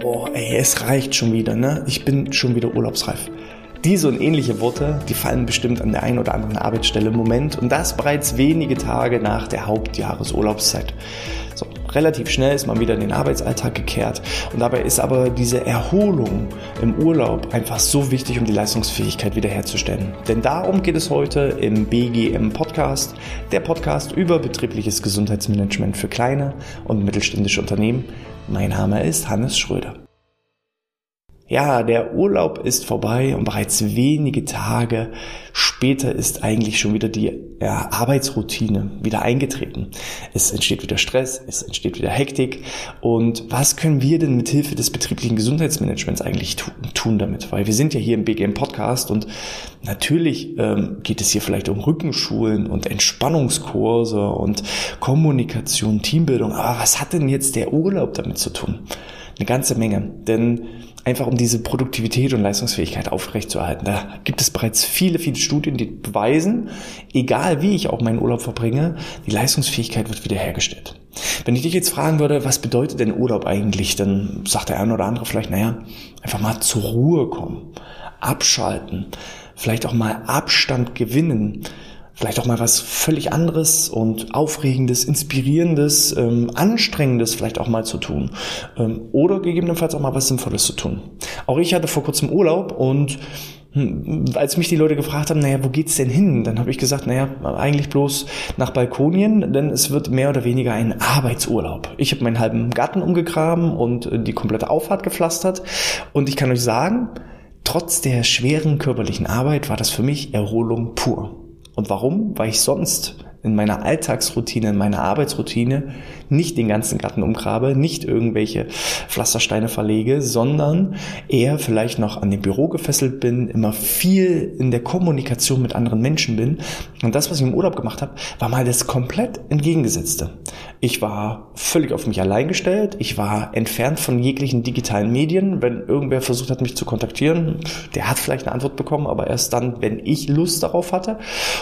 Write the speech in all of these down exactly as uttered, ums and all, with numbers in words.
Boah, ey, es reicht schon wieder, ne? Ich bin schon wieder urlaubsreif. Diese und ähnliche Worte, die fallen bestimmt an der einen oder anderen Arbeitsstelle im Moment und das bereits wenige Tage nach der Hauptjahresurlaubszeit. So, relativ schnell ist man wieder in den Arbeitsalltag gekehrt und dabei ist aber diese Erholung im Urlaub einfach so wichtig, um die Leistungsfähigkeit wiederherzustellen. Denn darum geht es heute im B G M Podcast, der Podcast über betriebliches Gesundheitsmanagement für kleine und mittelständische Unternehmen. Mein Name ist Hannes Schröder. Ja, der Urlaub ist vorbei und bereits wenige Tage später ist eigentlich schon wieder die ja, Arbeitsroutine wieder eingetreten. Es entsteht wieder Stress, es entsteht wieder Hektik. Und was können wir denn mit Hilfe des betrieblichen Gesundheitsmanagements eigentlich tu- tun damit? Weil wir sind ja hier im B G M Podcast und natürlich ähm, geht es hier vielleicht um Rückenschulen und Entspannungskurse und Kommunikation, Teambildung. Aber was hat denn jetzt der Urlaub damit zu tun? Eine ganze Menge, denn einfach um diese Produktivität und Leistungsfähigkeit aufrechtzuerhalten. Da gibt es bereits viele, viele Studien, die beweisen, egal wie ich auch meinen Urlaub verbringe, die Leistungsfähigkeit wird wiederhergestellt. Wenn ich dich jetzt fragen würde, was bedeutet denn Urlaub eigentlich, dann sagt der eine oder andere vielleicht, naja, einfach mal zur Ruhe kommen, abschalten, vielleicht auch mal Abstand gewinnen, vielleicht auch mal was völlig anderes und Aufregendes, Inspirierendes, ähm, Anstrengendes vielleicht auch mal zu tun. Ähm, oder gegebenenfalls auch mal was Sinnvolles zu tun. Auch ich hatte vor kurzem Urlaub und hm, als mich die Leute gefragt haben, naja, wo geht's denn hin? Dann habe ich gesagt, naja, eigentlich bloß nach Balkonien, denn es wird mehr oder weniger ein Arbeitsurlaub. Ich habe meinen halben Garten umgegraben und die komplette Auffahrt gepflastert und ich kann euch sagen, trotz der schweren körperlichen Arbeit war das für mich Erholung pur. Und warum? Weil ich sonst in meiner Alltagsroutine, in meiner Arbeitsroutine nicht den ganzen Garten umgrabe, nicht irgendwelche Pflastersteine verlege, sondern eher vielleicht noch an dem Büro gefesselt bin, immer viel in der Kommunikation mit anderen Menschen bin. Und das, was ich im Urlaub gemacht habe, war mal das komplett Entgegengesetzte. Ich war völlig auf mich allein gestellt, ich war entfernt von jeglichen digitalen Medien. Wenn irgendwer versucht hat, mich zu kontaktieren, der hat vielleicht eine Antwort bekommen, aber erst dann, wenn ich Lust darauf hatte.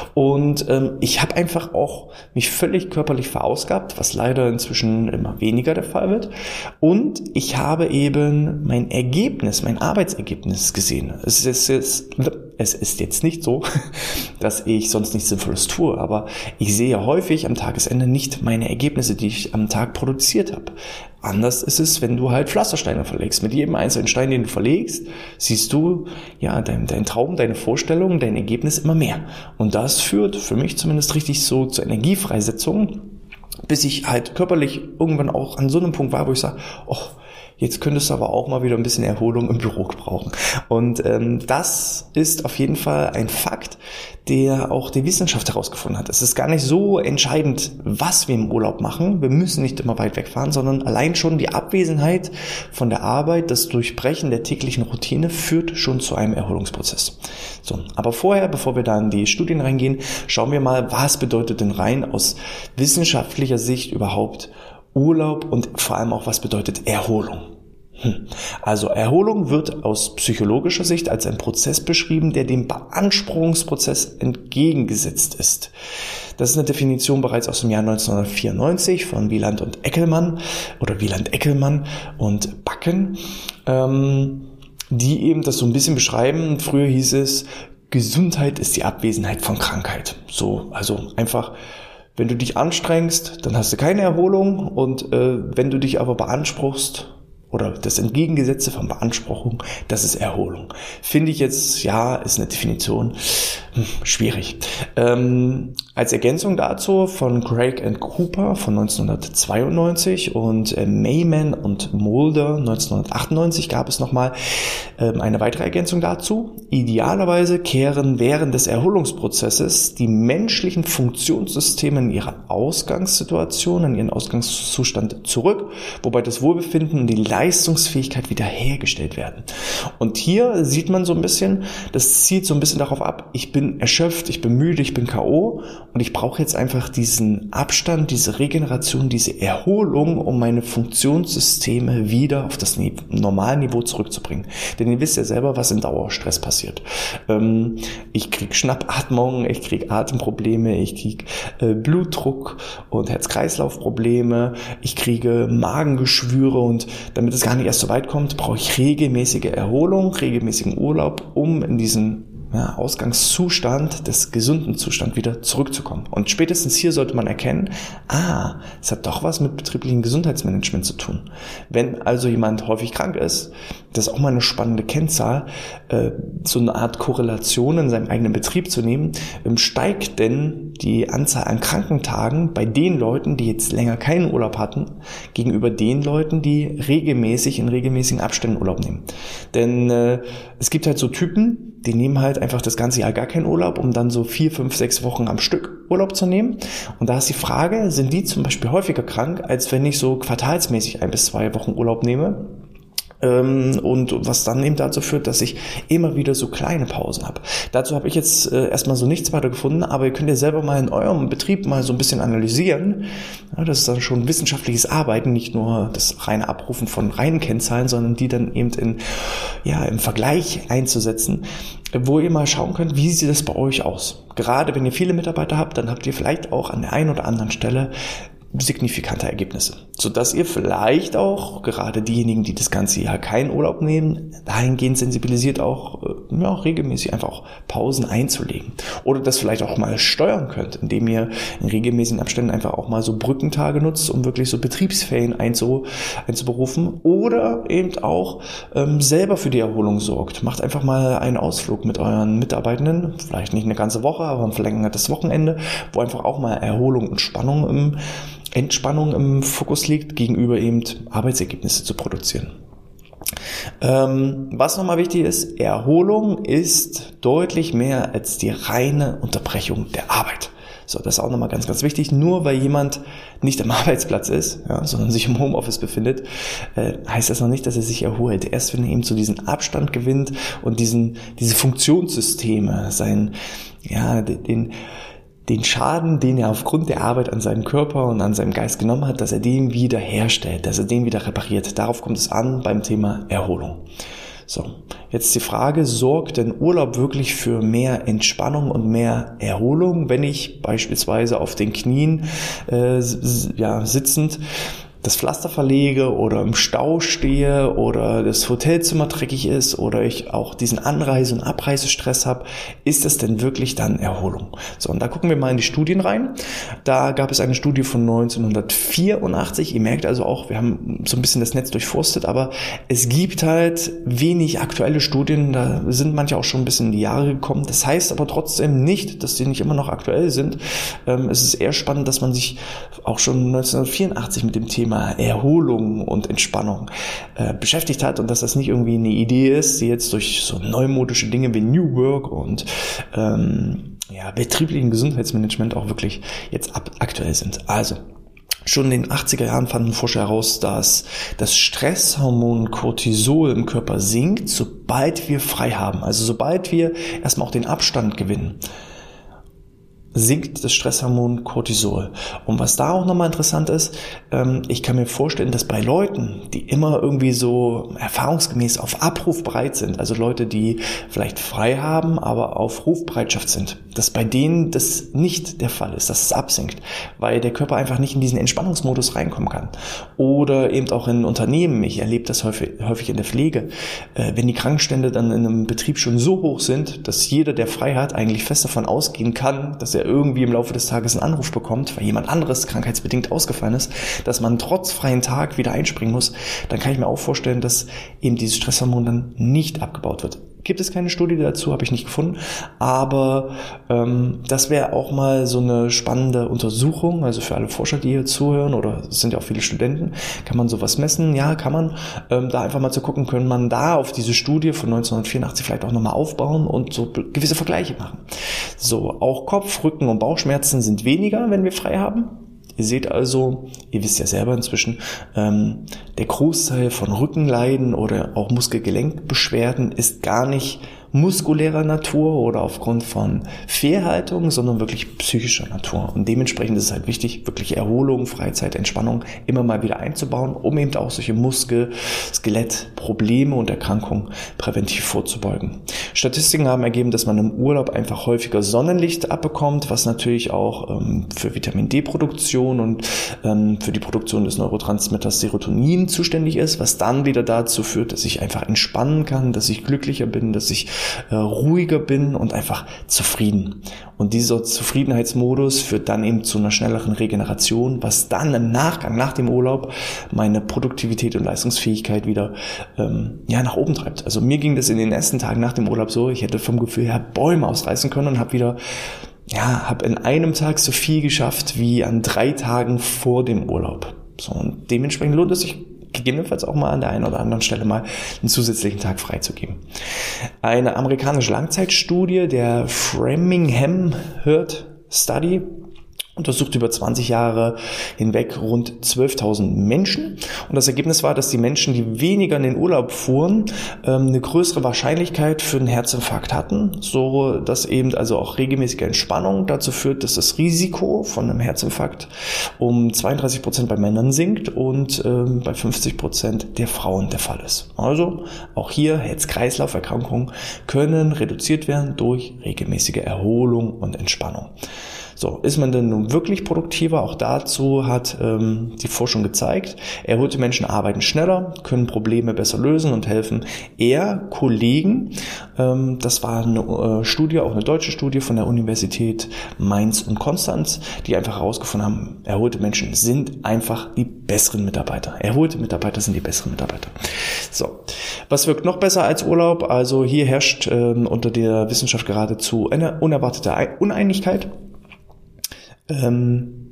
Und ähm, ich habe einfach auch mich völlig körperlich verausgabt, was leider inzwischen immer weniger der Fall wird. Und ich habe eben mein Ergebnis, mein Arbeitsergebnis gesehen. Es ist jetzt, es ist jetzt nicht so, dass ich sonst nichts Sinnvolles tue, aber ich sehe häufig am Tagesende nicht meine Ergebnisse, die ich am Tag produziert habe. Anders ist es, wenn du halt Pflastersteine verlegst. Mit jedem einzelnen Stein, den du verlegst, siehst du ja dein, dein Traum, deine Vorstellung, dein Ergebnis immer mehr. Und das führt für mich zumindest richtig so zur Energiefreisetzung, bis ich halt körperlich irgendwann auch an so einem Punkt war, wo ich sage, oh, jetzt könntest du aber auch mal wieder ein bisschen Erholung im Büro gebrauchen. Und ähm, das ist auf jeden Fall ein Fakt, der auch die Wissenschaft herausgefunden hat. Es ist gar nicht so entscheidend, was wir im Urlaub machen. Wir müssen nicht immer weit wegfahren, sondern allein schon die Abwesenheit von der Arbeit, das Durchbrechen der täglichen Routine führt schon zu einem Erholungsprozess. So, aber vorher, bevor wir da in die Studien reingehen, schauen wir mal, was bedeutet denn rein aus wissenschaftlicher Sicht überhaupt Urlaub und vor allem auch, was bedeutet Erholung. Hm. Also Erholung wird aus psychologischer Sicht als ein Prozess beschrieben, der dem Beanspruchungsprozess entgegengesetzt ist. Das ist eine Definition bereits aus dem Jahr neunzehnhundertvierundneunzig von Wieland und Eckelmann oder Wieland-Eckelmann und Backen, ähm, die eben das so ein bisschen beschreiben. Früher hieß es, Gesundheit ist die Abwesenheit von Krankheit. So, also einfach, wenn du dich anstrengst, dann hast du keine Erholung und äh, wenn du dich aber beanspruchst, oder das Entgegengesetzte von Beanspruchung, das ist Erholung. Finde ich jetzt, ja, ist eine Definition hm, schwierig. Ähm, als Ergänzung dazu von Craig and Cooper von neunzehnhundertzweiundneunzig und äh, Mayman und Mulder neunzehnhundertachtundneunzig gab es nochmal ähm, eine weitere Ergänzung dazu. Idealerweise kehren während des Erholungsprozesses die menschlichen Funktionssysteme in ihrer Ausgangssituation, in ihren Ausgangszustand zurück, wobei das Wohlbefinden und die Leistungsfähigkeit wiederhergestellt werden. Und hier sieht man so ein bisschen, das zielt so ein bisschen darauf ab, ich bin erschöpft, ich bin müde, ich bin K O und ich brauche jetzt einfach diesen Abstand, diese Regeneration, diese Erholung, um meine Funktionssysteme wieder auf das Normalniveau zurückzubringen. Denn ihr wisst ja selber, was in Dauerstress passiert. Ähm, ich kriege Schnappatmung, ich kriege Atemprobleme, ich kriege äh, Blutdruck und Herz-Kreislauf-Probleme, ich kriege Magengeschwüre und damit damit es gar nicht erst so weit kommt, brauche ich regelmäßige Erholung, regelmäßigen Urlaub, um in diesen ja, Ausgangszustand, des gesunden Zustand wieder zurückzukommen. Und spätestens hier sollte man erkennen, ah, es hat doch was mit betrieblichem Gesundheitsmanagement zu tun. Wenn also jemand häufig krank ist, das ist auch mal eine spannende Kennzahl, äh, so eine Art Korrelation in seinem eigenen Betrieb zu nehmen, ähm, steigt denn die Anzahl an Krankentagen bei den Leuten, die jetzt länger keinen Urlaub hatten, gegenüber den Leuten, die regelmäßig in regelmäßigen Abständen Urlaub nehmen. Denn äh, es gibt halt so Typen, die nehmen halt einfach das ganze Jahr gar keinen Urlaub, um dann so vier, fünf, sechs Wochen am Stück Urlaub zu nehmen. Und da ist die Frage, sind die zum Beispiel häufiger krank, als wenn ich so quartalsmäßig ein bis zwei Wochen Urlaub nehme? Und was dann eben dazu führt, dass ich immer wieder so kleine Pausen habe. Dazu habe ich jetzt äh, erstmal so nichts weiter gefunden, aber ihr könnt ja selber mal in eurem Betrieb mal so ein bisschen analysieren. Ja, das ist dann schon wissenschaftliches Arbeiten, nicht nur das reine Abrufen von reinen Kennzahlen, sondern die dann eben in, ja, im Vergleich einzusetzen, wo ihr mal schauen könnt, wie sieht das bei euch aus. Gerade wenn ihr viele Mitarbeiter habt, dann habt ihr vielleicht auch an der einen oder anderen Stelle signifikante Ergebnisse, sodass ihr vielleicht auch, gerade diejenigen, die das ganze Jahr keinen Urlaub nehmen, dahingehend sensibilisiert auch ja, regelmäßig einfach auch Pausen einzulegen. Oder das vielleicht auch mal steuern könnt, indem ihr in regelmäßigen Abständen einfach auch mal so Brückentage nutzt, um wirklich so Betriebsferien einzu, einzuberufen. Oder eben auch ähm, selber für die Erholung sorgt. Macht einfach mal einen Ausflug mit euren Mitarbeitenden, vielleicht nicht eine ganze Woche, aber ein verlängertes Wochenende, wo einfach auch mal Erholung und Spannung im Entspannung im Fokus liegt, gegenüber eben Arbeitsergebnisse zu produzieren. Ähm, was nochmal wichtig ist, Erholung ist deutlich mehr als die reine Unterbrechung der Arbeit. So, das ist auch nochmal ganz, ganz wichtig. Nur weil jemand nicht am Arbeitsplatz ist, ja, sondern sich im Homeoffice befindet, äh, heißt das noch nicht, dass er sich erholt. Erst wenn er eben so diesen Abstand gewinnt und diesen, diese Funktionssysteme, sein, ja, den, den Schaden, den er aufgrund der Arbeit an seinem Körper und an seinem Geist genommen hat, dass er den wieder herstellt, dass er den wieder repariert. Darauf kommt es an beim Thema Erholung. So, jetzt die Frage, sorgt denn Urlaub wirklich für mehr Entspannung und mehr Erholung, wenn ich beispielsweise auf den Knien äh, ja, sitzend das Pflaster verlege oder im Stau stehe oder das Hotelzimmer dreckig ist oder ich auch diesen Anreise- und Abreisestress habe, ist das denn wirklich dann Erholung? So, und da gucken wir mal in die Studien rein. Da gab es eine Studie von neunzehnhundertvierundachtzig. Ihr merkt also auch, wir haben so ein bisschen das Netz durchforstet, aber es gibt halt wenig aktuelle Studien. Da sind manche auch schon ein bisschen in die Jahre gekommen. Das heißt aber trotzdem nicht, dass die nicht immer noch aktuell sind. Ähm, es ist eher spannend, dass man sich auch schon neunzehnhundertvierundachtzig mit dem Thema Erholung und Entspannung äh, beschäftigt hat und dass das nicht irgendwie eine Idee ist, die jetzt durch so neumodische Dinge wie New Work und ähm, ja, betrieblichen Gesundheitsmanagement auch wirklich jetzt ab- aktuell sind. Also schon in den achtziger Jahren fanden Forscher heraus, dass das Stresshormon Cortisol im Körper sinkt, sobald wir frei haben. Also sobald wir erstmal auch den Abstand gewinnen, sinkt das Stresshormon Cortisol. Und was da auch nochmal interessant ist, ähm, ich kann mir vorstellen, dass bei Leuten, die immer irgendwie so erfahrungsgemäß auf Abruf bereit sind, also Leute, die vielleicht frei haben, aber auf Rufbereitschaft sind, dass bei denen das nicht der Fall ist, dass es absinkt, weil der Körper einfach nicht in diesen Entspannungsmodus reinkommen kann. Oder eben auch in Unternehmen, ich erlebe das häufig, häufig in der Pflege, äh, wenn die Krankenstände dann in einem Betrieb schon so hoch sind, dass jeder, der frei hat, eigentlich fest davon ausgehen kann, dass er irgendwie im Laufe des Tages einen Anruf bekommt, weil jemand anderes krankheitsbedingt ausgefallen ist, dass man trotz freien Tag wieder einspringen muss, dann kann ich mir auch vorstellen, dass eben dieses Stresshormon dann nicht abgebaut wird. Gibt es keine Studie dazu, habe ich nicht gefunden, aber ähm, das wäre auch mal so eine spannende Untersuchung, also für alle Forscher, die hier zuhören, oder es sind ja auch viele Studenten, kann man sowas messen? Ja, kann man. Ähm, da einfach mal zu gucken, können man da auf diese Studie von neunzehnhundertvierundachtzig vielleicht auch nochmal aufbauen und so gewisse Vergleiche machen. So, auch Kopf-, Rücken- und Bauchschmerzen sind weniger, wenn wir frei haben. Ihr seht also, ihr wisst ja selber inzwischen, ähm, der Großteil von Rückenleiden oder auch Muskelgelenkbeschwerden ist gar nicht muskulärer Natur oder aufgrund von Fehlhaltung, sondern wirklich psychischer Natur. Und dementsprechend ist es halt wichtig, wirklich Erholung, Freizeit, Entspannung immer mal wieder einzubauen, um eben auch solche Muskel-, Skelettprobleme und Erkrankungen präventiv vorzubeugen. Statistiken haben ergeben, dass man im Urlaub einfach häufiger Sonnenlicht abbekommt, was natürlich auch ähm, für Vitamin D-Produktion und ähm, für die Produktion des Neurotransmitters Serotonin zuständig ist, was dann wieder dazu führt, dass ich einfach entspannen kann, dass ich glücklicher bin, dass ich äh, ruhiger bin und einfach zufrieden. Und dieser Zufriedenheitsmodus führt dann eben zu einer schnelleren Regeneration, was dann im Nachgang, nach dem Urlaub, meine Produktivität und Leistungsfähigkeit wieder ähm, ja nach oben treibt. Also mir ging das in den ersten Tagen nach dem Urlaub so, ich hätte vom Gefühl her Bäume ausreißen können und habe wieder, ja, habe in einem Tag so viel geschafft wie an drei Tagen vor dem Urlaub. So, und dementsprechend lohnt es sich gegebenenfalls auch mal an der einen oder anderen Stelle mal einen zusätzlichen Tag freizugeben. Eine amerikanische Langzeitstudie, der Framingham Heart Study, untersucht über zwanzig Jahre hinweg rund zwölftausend Menschen. Und das Ergebnis war, dass die Menschen, die weniger in den Urlaub fuhren, eine größere Wahrscheinlichkeit für einen Herzinfarkt hatten, so dass eben also auch regelmäßige Entspannung dazu führt, dass das Risiko von einem Herzinfarkt um zweiunddreißig Prozent bei Männern sinkt und ähm, bei fünfzig Prozent der Frauen der Fall ist. Also auch hier Herz-Kreislauf-Erkrankungen können reduziert werden durch regelmäßige Erholung und Entspannung. So, ist man denn nun wirklich produktiver? Auch dazu hat ähm, die Forschung gezeigt, erholte Menschen arbeiten schneller, können Probleme besser lösen und helfen eher Kollegen. Ähm, das war eine äh, Studie, auch eine deutsche Studie von der Universität Mainz und Konstanz, die einfach herausgefunden haben, erholte Menschen sind einfach die besseren Mitarbeiter. Erholte Mitarbeiter sind die besseren Mitarbeiter. So, was wirkt noch besser als Urlaub? Also hier herrscht ähm, unter der Wissenschaft geradezu eine unerwartete Uneinigkeit. Ähm,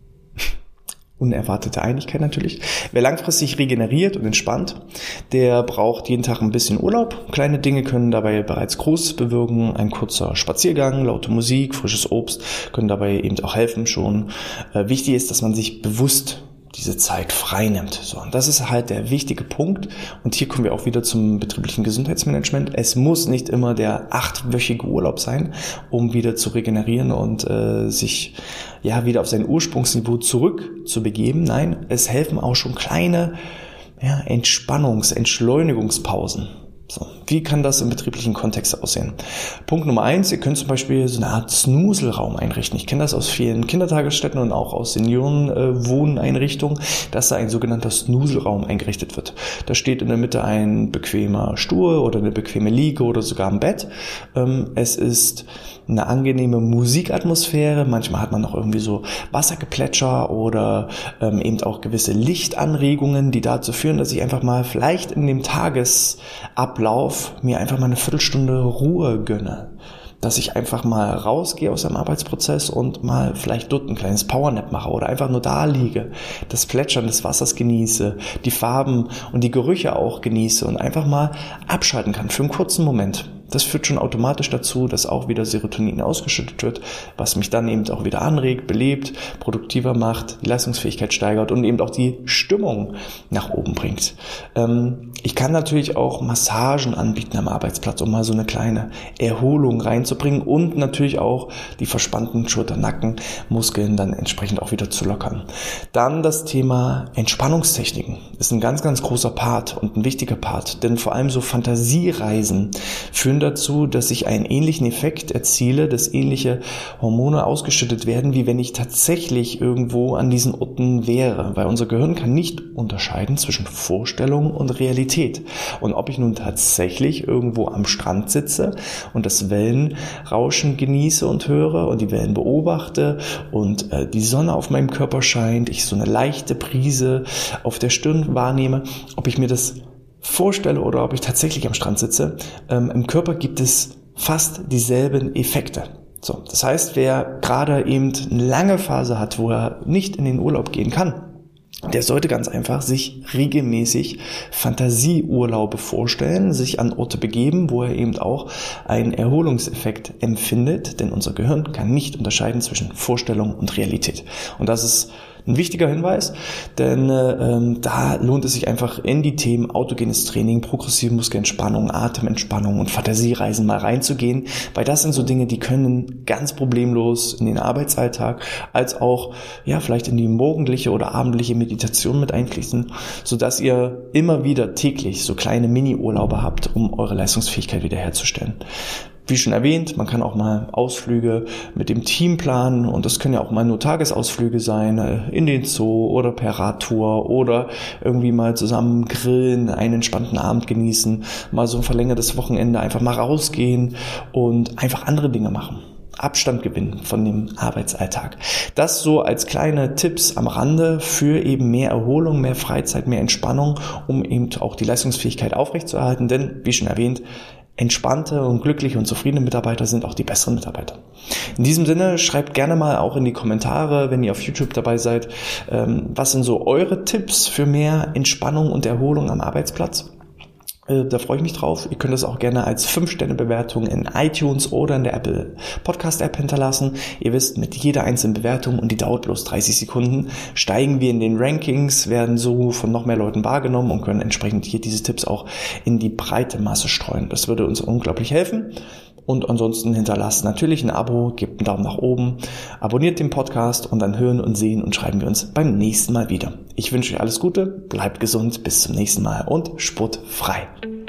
unerwartete Einigkeit natürlich. Wer langfristig regeneriert und entspannt, der braucht jeden Tag ein bisschen Urlaub. Kleine Dinge können dabei bereits Großes bewirken. Ein kurzer Spaziergang, laute Musik, frisches Obst können dabei eben auch helfen schon. Äh, wichtig ist, dass man sich bewusst diese Zeit frei nimmt. So, und das ist halt der wichtige Punkt. Und hier kommen wir auch wieder zum betrieblichen Gesundheitsmanagement. Es muss nicht immer der achtwöchige Urlaub sein, um wieder zu regenerieren und äh, sich ja wieder auf sein Ursprungsniveau zurückzubegeben. Nein, es helfen auch schon kleine ja, Entspannungs-, Entschleunigungspausen. So, wie kann das im betrieblichen Kontext aussehen? Punkt Nummer eins, ihr könnt zum Beispiel so eine Art Snoozelraum einrichten. Ich kenne das aus vielen Kindertagesstätten und auch aus Seniorenwohneinrichtungen, dass da ein sogenannter Snoozelraum eingerichtet wird. Da steht in der Mitte ein bequemer Stuhl oder eine bequeme Liege oder sogar ein Bett. Es ist eine angenehme Musikatmosphäre. Manchmal hat man noch irgendwie so Wassergeplätscher oder ähm, eben auch gewisse Lichtanregungen, die dazu führen, dass ich einfach mal vielleicht in dem Tagesablauf mir einfach mal eine Viertelstunde Ruhe gönne. Dass ich einfach mal rausgehe aus dem Arbeitsprozess und mal vielleicht dort ein kleines Powernap mache oder einfach nur da liege, das Plätschern des Wassers genieße, die Farben und die Gerüche auch genieße und einfach mal abschalten kann für einen kurzen Moment. Das führt schon automatisch dazu, dass auch wieder Serotonin ausgeschüttet wird, was mich dann eben auch wieder anregt, belebt, produktiver macht, die Leistungsfähigkeit steigert und eben auch die Stimmung nach oben bringt. Ähm, ich kann natürlich auch Massagen anbieten am Arbeitsplatz, um mal so eine kleine Erholung reinzubringen und natürlich auch die verspannten Schulter-Nacken-Muskeln dann entsprechend auch wieder zu lockern. Dann das Thema Entspannungstechniken ist ein ganz, ganz großer Part und ein wichtiger Part, denn vor allem so Fantasiereisen führen dazu, dass ich einen ähnlichen Effekt erziele, dass ähnliche Hormone ausgeschüttet werden, wie wenn ich tatsächlich irgendwo an diesen Orten wäre, weil unser Gehirn kann nicht unterscheiden zwischen Vorstellung und Realität. Und ob ich nun tatsächlich irgendwo am Strand sitze und das Wellenrauschen genieße und höre und die Wellen beobachte und äh, die Sonne auf meinem Körper scheint, ich so eine leichte Brise auf der Stirn wahrnehme, ob ich mir das vorstelle oder ob ich tatsächlich am Strand sitze, ähm, im Körper gibt es fast dieselben Effekte. So, das heißt, wer gerade eben eine lange Phase hat, wo er nicht in den Urlaub gehen kann, der sollte ganz einfach sich regelmäßig Fantasieurlaube vorstellen, sich an Orte begeben, wo er eben auch einen Erholungseffekt empfindet, denn unser Gehirn kann nicht unterscheiden zwischen Vorstellung und Realität. Und das ist Ein wichtiger Hinweis, denn ähm, da lohnt es sich einfach in die Themen autogenes Training, progressive Muskelentspannung, Atementspannung und Fantasiereisen mal reinzugehen, weil das sind so Dinge, die können ganz problemlos in den Arbeitsalltag als auch ja vielleicht in die morgendliche oder abendliche Meditation mit einfließen, sodass ihr immer wieder täglich so kleine Mini-Urlaube habt, um eure Leistungsfähigkeit wiederherzustellen. Wie schon erwähnt, man kann auch mal Ausflüge mit dem Team planen und das können ja auch mal nur Tagesausflüge sein, in den Zoo oder per Radtour oder irgendwie mal zusammen grillen, einen entspannten Abend genießen, mal so ein verlängertes Wochenende einfach mal rausgehen und einfach andere Dinge machen. Abstand gewinnen von dem Arbeitsalltag. Das so als kleine Tipps am Rande für eben mehr Erholung, mehr Freizeit, mehr Entspannung, um eben auch die Leistungsfähigkeit aufrechtzuerhalten, denn wie schon erwähnt, entspannte und glückliche und zufriedene Mitarbeiter sind auch die besseren Mitarbeiter. In diesem Sinne, schreibt gerne mal auch in die Kommentare, wenn ihr auf YouTube dabei seid, was sind so eure Tipps für mehr Entspannung und Erholung am Arbeitsplatz? Da freue ich mich drauf. Ihr könnt das auch gerne als fünf Sterne Bewertung in iTunes oder in der Apple Podcast App hinterlassen. Ihr wisst, mit jeder einzelnen Bewertung, und die dauert bloß dreißig Sekunden, steigen wir in den Rankings, werden so von noch mehr Leuten wahrgenommen und können entsprechend hier diese Tipps auch in die breite Masse streuen. Das würde uns unglaublich helfen. Und ansonsten hinterlasst natürlich ein Abo, gebt einen Daumen nach oben, abonniert den Podcast und dann hören und sehen und schreiben wir uns beim nächsten Mal wieder. Ich wünsche euch alles Gute, bleibt gesund, bis zum nächsten Mal und sportfrei.